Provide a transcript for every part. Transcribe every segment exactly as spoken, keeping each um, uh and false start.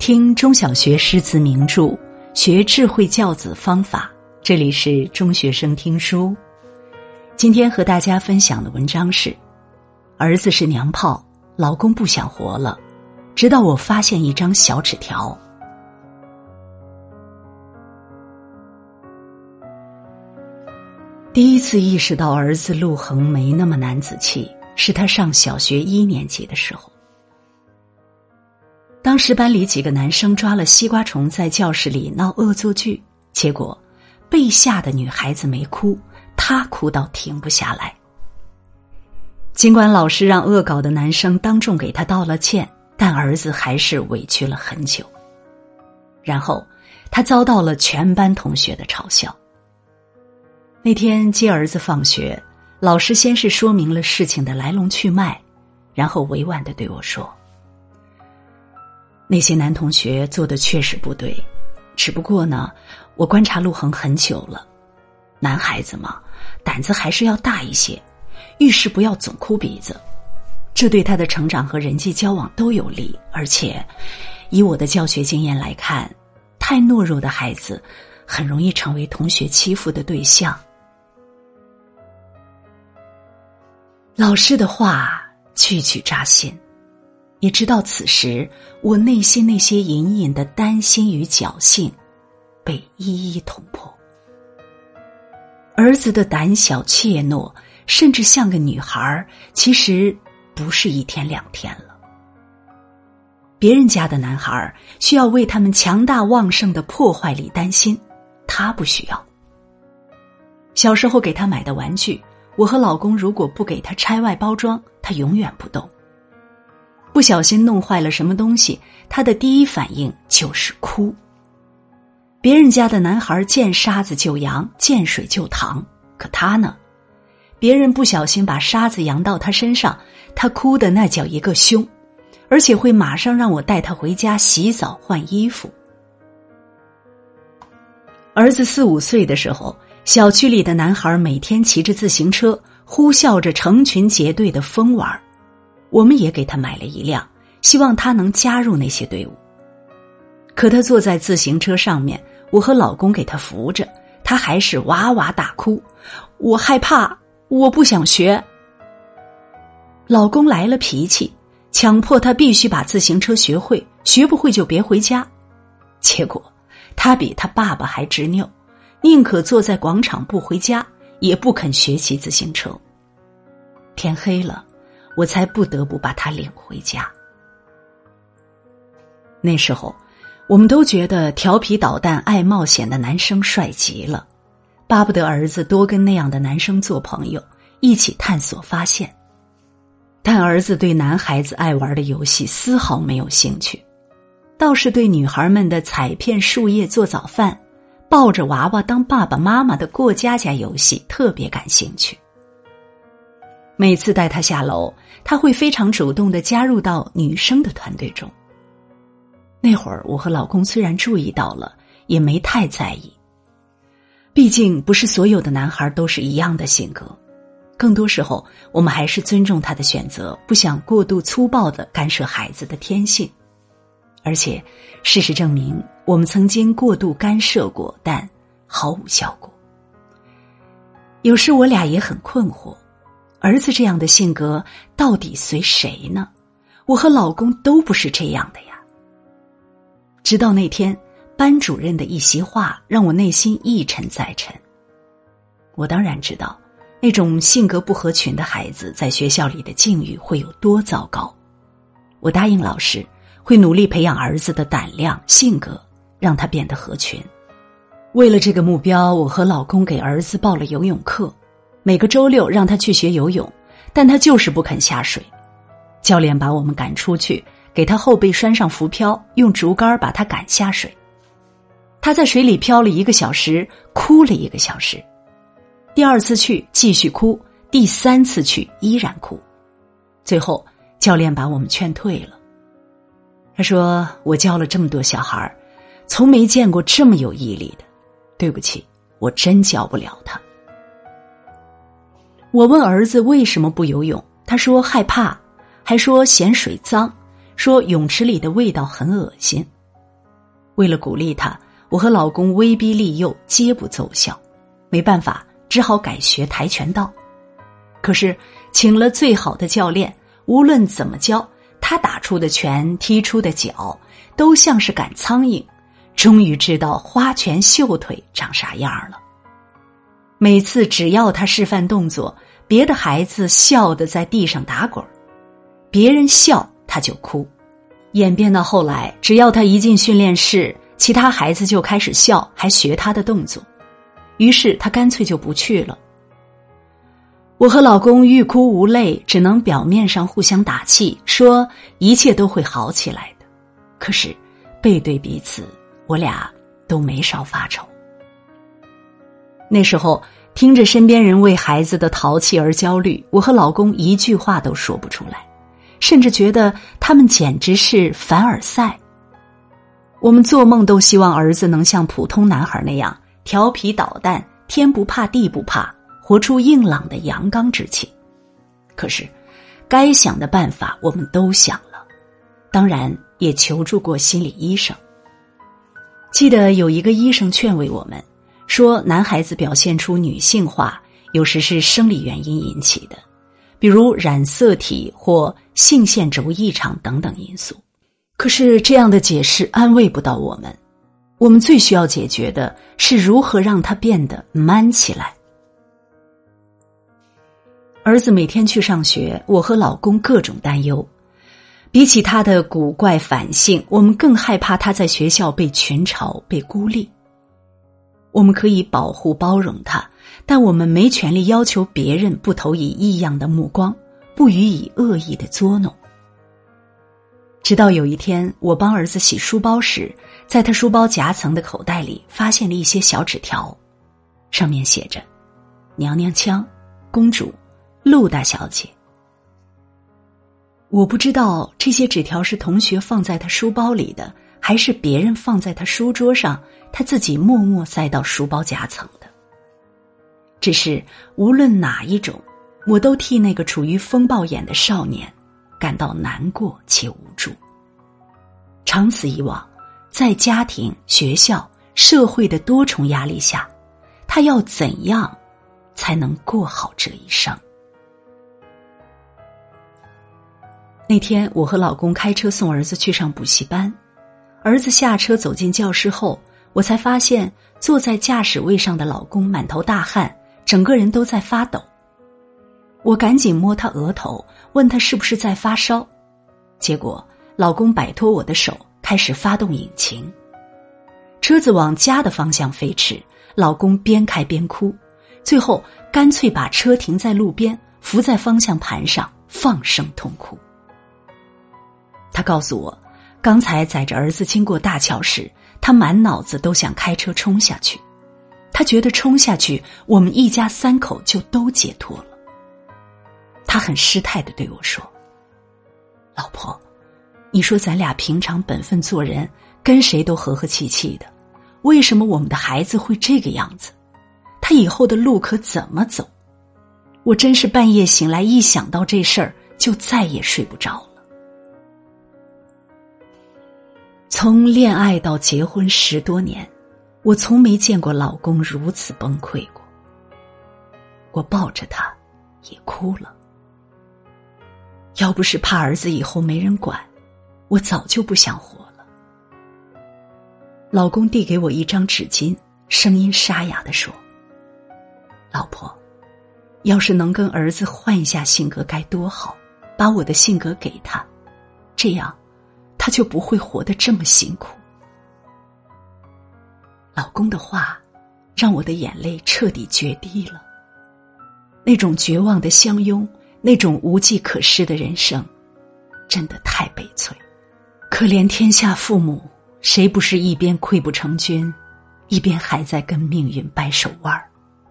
听中小学诗词名著，学智慧教子方法。这里是中学生听书。今天和大家分享的文章是：儿子是娘炮，老公不想活了，直到我发现一张小纸条。第一次意识到儿子陆恒没那么男子气，是他上小学一年级的时候。当时班里几个男生抓了西瓜虫在教室里闹恶作剧，结果被吓的女孩子没哭，她哭到停不下来。尽管老师让恶搞的男生当众给他道了歉，但儿子还是委屈了很久。然后他遭到了全班同学的嘲笑。那天接儿子放学，老师先是说明了事情的来龙去脉，然后委婉地对我说，那些男同学做的确实不对，只不过呢，我观察陆恒很久了，男孩子嘛，胆子还是要大一些，遇事不要总哭鼻子，这对他的成长和人际交往都有利，而且以我的教学经验来看，太懦弱的孩子很容易成为同学欺负的对象。老师的话句句扎心，也知道此时我内心那些隐隐的担心与侥幸被一一捅破。儿子的胆小怯懦，甚至像个女孩，其实不是一天两天了。别人家的男孩需要为他们强大旺盛的破坏力担心，他不需要。小时候给他买的玩具，我和老公如果不给他拆外包装，他永远不动。不小心弄坏了什么东西，他的第一反应就是哭。别人家的男孩见沙子就扬，见水就淌，可他呢？别人不小心把沙子扬到他身上，他哭的那叫一个凶，而且会马上让我带他回家洗澡换衣服。儿子四五岁的时候，小区里的男孩每天骑着自行车，呼啸着成群结队的疯玩，我们也给他买了一辆，希望他能加入那些队伍。可他坐在自行车上面，我和老公给他扶着，他还是哇哇大哭，我害怕，我不想学。老公来了脾气，强迫他必须把自行车学会，学不会就别回家。结果他比他爸爸还执拗，宁可坐在广场不回家，也不肯学骑自行车。天黑了，我才不得不把他领回家。那时候我们都觉得调皮捣蛋爱冒险的男生帅极了，巴不得儿子多跟那样的男生做朋友，一起探索发现。但儿子对男孩子爱玩的游戏丝毫没有兴趣，倒是对女孩们的踩片树叶做早饭，抱着娃娃当爸爸妈妈的过家家游戏特别感兴趣。每次带他下楼，他会非常主动地加入到女生的团队中。那会儿我和老公虽然注意到了，也没太在意，毕竟不是所有的男孩都是一样的性格，更多时候我们还是尊重他的选择，不想过度粗暴地干涉孩子的天性。而且事实证明，我们曾经过度干涉过，但毫无效果。有时我俩也很困惑，儿子这样的性格到底随谁呢？我和老公都不是这样的呀。直到那天班主任的一席话让我内心一沉再沉。我当然知道那种性格不合群的孩子在学校里的境遇会有多糟糕。我答应老师会努力培养儿子的胆量性格，让他变得合群。为了这个目标，我和老公给儿子报了游泳课，每个周六让他去学游泳，但他就是不肯下水。教练把我们赶出去，给他后背拴上浮漂，用竹竿把他赶下水。他在水里漂了一个小时，哭了一个小时。第二次去继续哭，第三次去依然哭。最后教练把我们劝退了。他说，我教了这么多小孩，从没见过这么有毅力的，对不起，我真教不了他。我问儿子为什么不游泳，他说害怕，还说嫌水脏，说泳池里的味道很恶心。 为了鼓励他，我和老公威逼利诱皆不奏效，没办法，只好改学跆拳道。可是请了最好的教练，无论怎么教，他打出的拳，踢出的脚，都像是赶苍蝇，终于知道花拳绣腿长啥样了。每次只要他示范动作，别的孩子笑得在地上打滚，别人笑他就哭。演变到后来，只要他一进训练室，其他孩子就开始笑，还学他的动作，于是他干脆就不去了。我和老公欲哭无泪，只能表面上互相打气，说一切都会好起来的。可是背对彼此，我俩都没少发愁。那时候听着身边人为孩子的淘气而焦虑，我和老公一句话都说不出来，甚至觉得他们简直是凡尔赛。我们做梦都希望儿子能像普通男孩那样调皮捣蛋，天不怕地不怕，活出硬朗的阳刚之气。可是该想的办法我们都想了，当然也求助过心理医生。记得有一个医生劝慰我们说，男孩子表现出女性化有时是生理原因引起的，比如染色体或性腺轴异常等等因素。可是这样的解释安慰不到我们，我们最需要解决的是如何让他变得 man 起来。儿子每天去上学，我和老公各种担忧。比起他的古怪反性，我们更害怕他在学校被群嘲，被孤立。我们可以保护包容他，但我们没权利要求别人不投以异样的目光，不予以恶意的捉弄。直到有一天，我帮儿子洗书包时，在他书包夹层的口袋里发现了一些小纸条，上面写着娘娘腔、公主、陆大小姐。我不知道这些纸条是同学放在他书包里的，还是别人放在他书桌上，他自己默默塞到书包夹层的。只是无论哪一种，我都替那个处于风暴眼的少年感到难过且无助。长此以往，在家庭、学校、社会的多重压力下，他要怎样才能过好这一生？那天我和老公开车送儿子去上补习班，儿子下车走进教室后，我才发现坐在驾驶位上的老公满头大汗，整个人都在发抖。我赶紧摸他额头，问他是不是在发烧，结果老公摆脱我的手，开始发动引擎。车子往家的方向飞驰，老公边开边哭，最后干脆把车停在路边，扶在方向盘上放声痛哭。他告诉我，刚才载着儿子经过大桥时，他满脑子都想开车冲下去。他觉得冲下去，我们一家三口就都解脱了。他很失态地对我说，老婆，你说咱俩平常本分做人，跟谁都和和气气的，为什么我们的孩子会这个样子？他以后的路可怎么走？我真是半夜醒来，一想到这事儿就再也睡不着了。从恋爱到结婚十多年，我从没见过老公如此崩溃过。我抱着他也哭了。要不是怕儿子以后没人管，我早就不想活了。老公递给我一张纸巾，声音沙哑地说，老婆，要是能跟儿子换一下性格该多好，把我的性格给他，这样他就不会活得这么辛苦。老公的话让我的眼泪彻底决堤了。那种绝望的相拥，那种无计可施的人生，真的太悲催。可怜天下父母，谁不是一边溃不成军，一边还在跟命运掰手腕？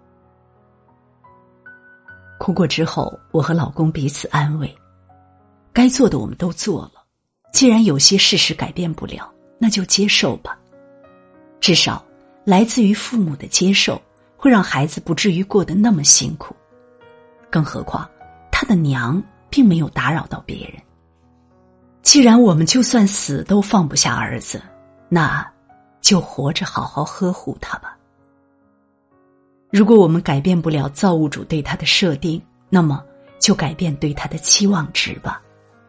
哭过之后，我和老公彼此安慰，该做的我们都做了，既然有些事实改变不了，那就接受吧。至少来自于父母的接受，会让孩子不至于过得那么辛苦。更何况他的娘并没有打扰到别人。既然我们就算死都放不下儿子，那就活着好好呵护他吧。如果我们改变不了造物主对他的设定，那么就改变对他的期望值吧。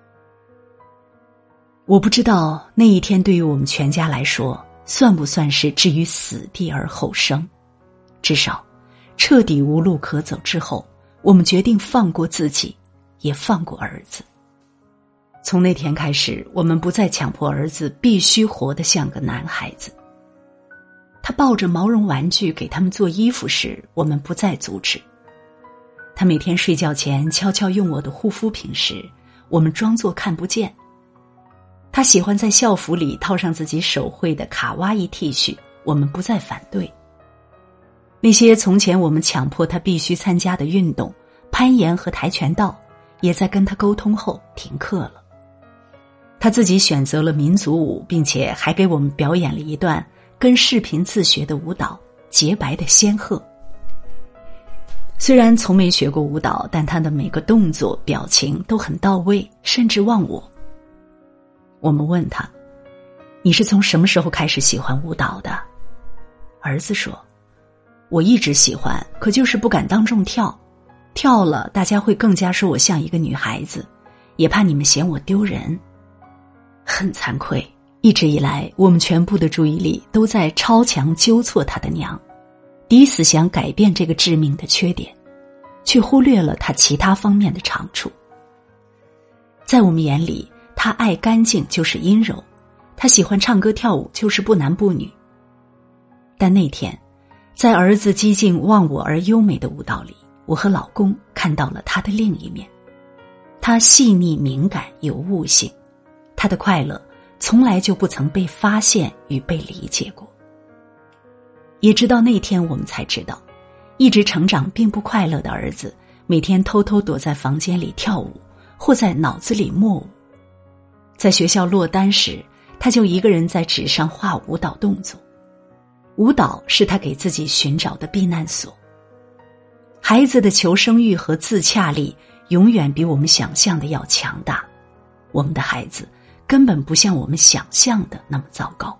我不知道那一天对于我们全家来说，算不算是置于死地而后生。至少彻底无路可走之后，我们决定放过自己，也放过儿子。从那天开始，我们不再强迫儿子必须活得像个男孩子。他抱着毛绒玩具给他们做衣服时，我们不再阻止。他每天睡觉前悄悄用我的护肤品时，我们装作看不见。他喜欢在校服里套上自己手绘的卡哇伊 T 恤，我们不再反对。那些从前我们强迫他必须参加的运动，攀岩和跆拳道，也在跟他沟通后停课了。他自己选择了民族舞，并且还给我们表演了一段跟视频自学的舞蹈《洁白的仙鹤》。虽然从没学过舞蹈，但他的每个动作表情都很到位，甚至忘我。我们问他，你是从什么时候开始喜欢舞蹈的？儿子说，我一直喜欢，可就是不敢当众跳，跳了大家会更加说我像一个女孩子，也怕你们嫌我丢人。很惭愧，一直以来我们全部的注意力都在超强纠错他的娘，抵死想改变这个致命的缺点，却忽略了他其他方面的长处。在我们眼里，他爱干净就是阴柔，他喜欢唱歌跳舞就是不男不女。但那天在儿子激进忘我而优美的舞蹈里，我和老公看到了他的另一面。他细腻敏感有悟性，他的快乐从来就不曾被发现与被理解过。也直到那天我们才知道，一直成长并不快乐的儿子，每天偷偷躲在房间里跳舞，或在脑子里默舞。在学校落单时，他就一个人在纸上画舞蹈动作。舞蹈是他给自己寻找的避难所。孩子的求生欲和自洽力永远比我们想象的要强大。我们的孩子根本不像我们想象的那么糟糕。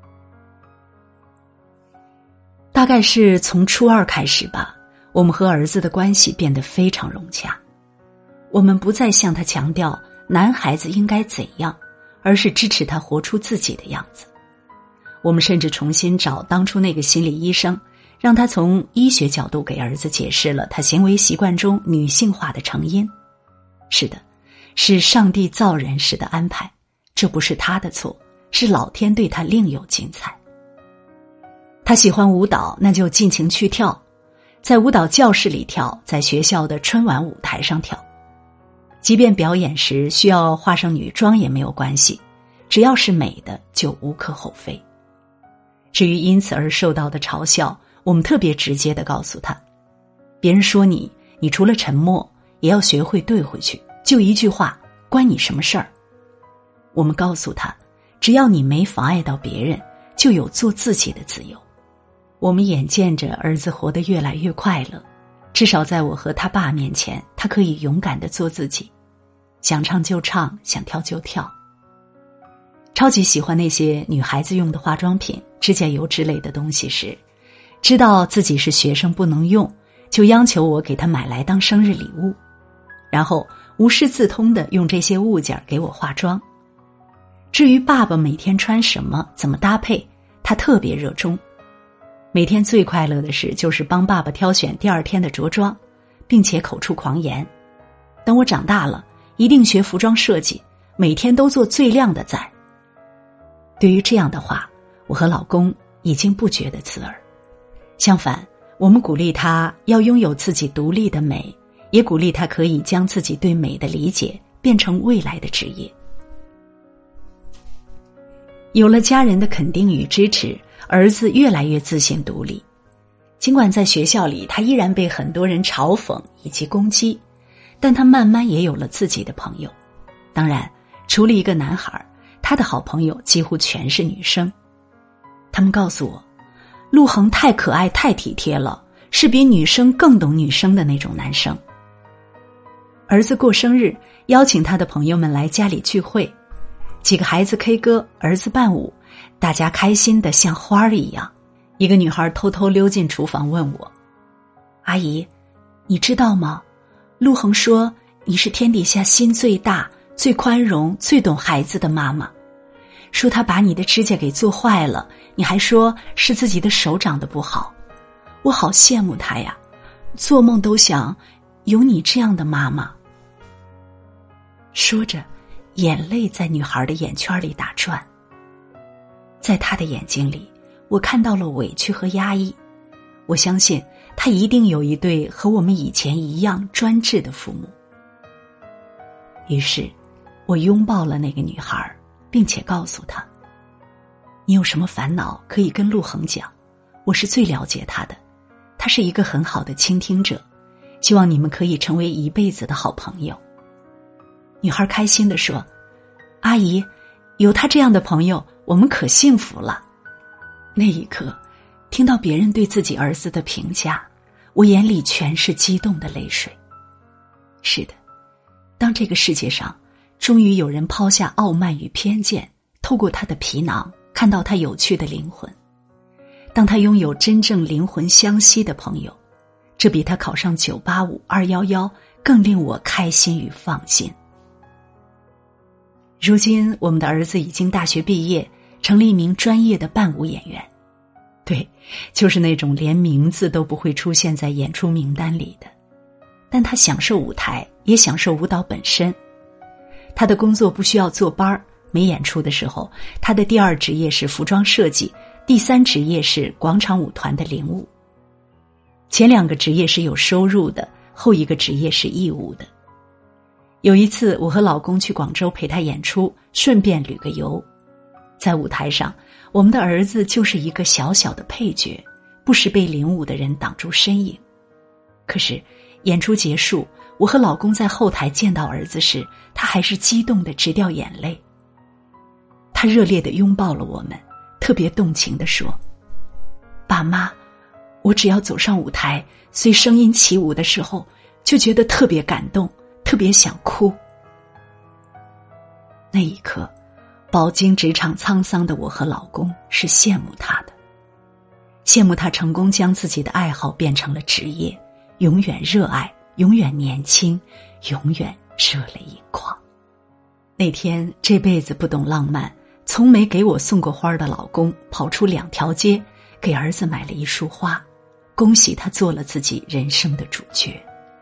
大概是从初二开始吧，我们和儿子的关系变得非常融洽。我们不再向他强调男孩子应该怎样，而是支持他活出自己的样子。我们甚至重新找当初那个心理医生，让他从医学角度给儿子解释了他行为习惯中女性化的成因。是的，是上帝造人时的安排，这不是他的错，是老天对他另有精彩。他喜欢舞蹈，那就尽情去跳，在舞蹈教室里跳，在学校的春晚舞台上跳。即便表演时需要画上女装也没有关系，只要是美的就无可厚非。至于因此而受到的嘲笑，我们特别直接地告诉他，别人说你，你除了沉默，也要学会对回去，就一句话，关你什么事儿？我们告诉他，只要你没妨碍到别人，就有做自己的自由。我们眼见着儿子活得越来越快乐，至少在我和他爸面前，他可以勇敢地做自己，想唱就唱，想跳就跳。超级喜欢那些女孩子用的化妆品、指甲油之类的东西时，知道自己是学生不能用，就央求我给他买来当生日礼物，然后无师自通地用这些物件给我化妆。至于爸爸每天穿什么、怎么搭配，他特别热衷。每天最快乐的事就是帮爸爸挑选第二天的着装，并且口出狂言，等我长大了一定学服装设计，每天都做最靓的仔。对于这样的话，我和老公已经不觉得刺耳。相反，我们鼓励他要拥有自己独立的美，也鼓励他可以将自己对美的理解变成未来的职业。有了家人的肯定与支持，儿子越来越自信独立。尽管在学校里他依然被很多人嘲讽以及攻击，但他慢慢也有了自己的朋友。当然，除了一个男孩，他的好朋友几乎全是女生。他们告诉我，陆恒太可爱太体贴了，是比女生更懂女生的那种男生。儿子过生日，邀请他的朋友们来家里聚会，几个孩子 K 歌，儿子伴舞， 大家开心的像花儿一样。一个女孩偷偷溜进厨房问我：阿姨，你知道吗？陆恒说你是天底下心最大、最宽容、最懂孩子的妈妈，说他把你的指甲给做坏了，你还说是自己的手长得不好。我好羡慕他呀，做梦都想有你这样的妈妈。说着，眼泪在女孩的眼圈里打转。在她的眼睛里，我看到了委屈和压抑。我相信她一定有一对和我们以前一样专制的父母。于是我拥抱了那个女孩，并且告诉她：你有什么烦恼可以跟陆恒讲，我是最了解他的，他是一个很好的倾听者，希望你们可以成为一辈子的好朋友。女孩开心地说：阿姨，有他这样的朋友，我们可幸福了。那一刻，听到别人对自己儿子的评价，我眼里全是激动的泪水。是的，当这个世界上终于有人抛下傲慢与偏见，透过他的皮囊看到他有趣的灵魂，当他拥有真正灵魂相吸的朋友，这比他考上九八五、二一一更令我开心与放心。如今我们的儿子已经大学毕业，成了一名专业的伴舞演员。对，就是那种连名字都不会出现在演出名单里的。但他享受舞台，也享受舞蹈本身。他的工作不需要坐班，没演出的时候，他的第二职业是服装设计，第三职业是广场舞团的领舞。前两个职业是有收入的，后一个职业是义务的。有一次我和老公去广州陪他演出，顺便旅个游。在舞台上，我们的儿子就是一个小小的配角，不时被领舞的人挡住身影。可是演出结束，我和老公在后台见到儿子时，他还是激动得直掉眼泪。他热烈地拥抱了我们，特别动情地说：爸妈，我只要走上舞台，随声音起舞的时候，就觉得特别感动，特别想哭。那一刻，饱经职场沧桑的我和老公是羡慕他的，羡慕他成功将自己的爱好变成了职业，永远热爱，永远年轻，永远热泪盈眶。那天这辈子不懂浪漫，从没给我送过花的老公跑出两条街，给儿子买了一束花，恭喜他做了自己人生的主角。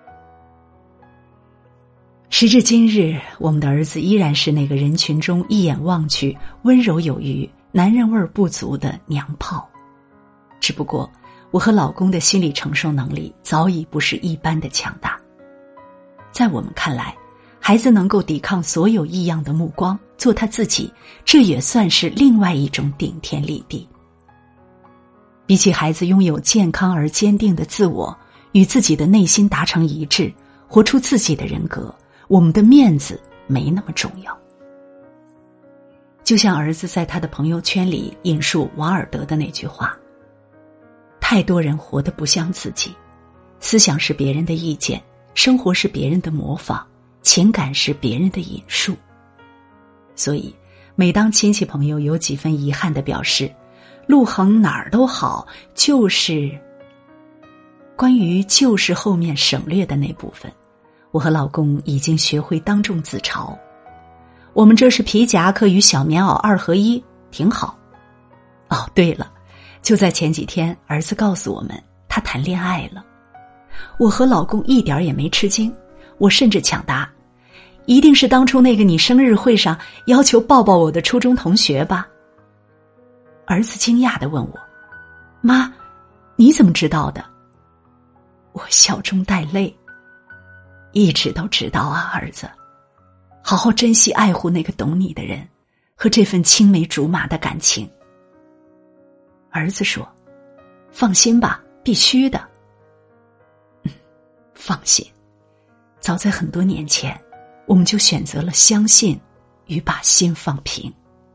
时至今日，我们的儿子依然是那个人群中一眼望去温柔有余、男人味儿不足的娘炮。只不过我和老公的心理承受能力早已不是一般的强大。在我们看来，孩子能够抵抗所有异样的目光，做他自己，这也算是另外一种顶天立地。比起孩子拥有健康而坚定的自我，与自己的内心达成一致，活出自己的人格，我们的面子没那么重要。就像儿子在他的朋友圈里引述王尔德的那句话：太多人活得不像自己，思想是别人的意见，生活是别人的模仿，情感是别人的引述。所以每当亲戚朋友有几分遗憾地表示陆恒哪儿都好，就是关于就是后面省略的那部分，我和老公已经学会当众自嘲。我们这是皮夹克与小棉袄二合一，挺好。哦，对了，就在前几天，儿子告诉我们他谈恋爱了。我和老公一点也没吃惊，我甚至抢答：一定是当初那个你生日会上要求抱抱我的初中同学吧？儿子惊讶地问我：妈，你怎么知道的？我笑中带泪，一直都知道啊，儿子，好好珍惜爱护那个懂你的人和这份青梅竹马的感情。儿子说：放心吧，必须的。嗯，放心。早在很多年前，我们就选择了相信与把心放平。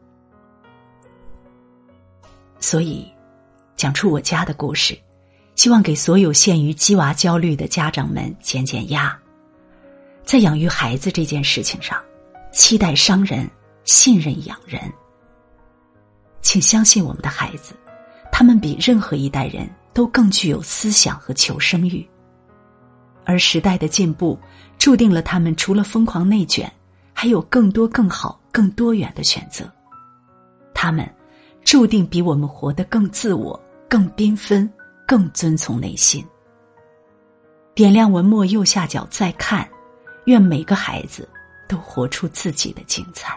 所以讲出我家的故事，希望给所有陷于鸡娃焦虑的家长们减减压。在养育孩子这件事情上，期待伤人，信任养人。 请相信我们的孩子，他们比任何一代人都更具有思想和求生欲。而时代的进步注定了他们除了疯狂内卷，还有更多更好更多元的选择。他们注定比我们活得更自我，更缤纷，更遵从内心。点亮文末右下角再看，愿每个孩子都活出自己的精彩。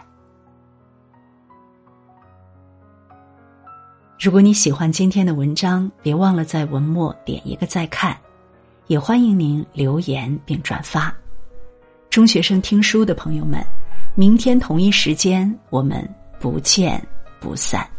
如果你喜欢今天的文章，别忘了在文末点一个再看，也欢迎您留言并转发。中学生听书的朋友们，明天同一时间我们不见不散。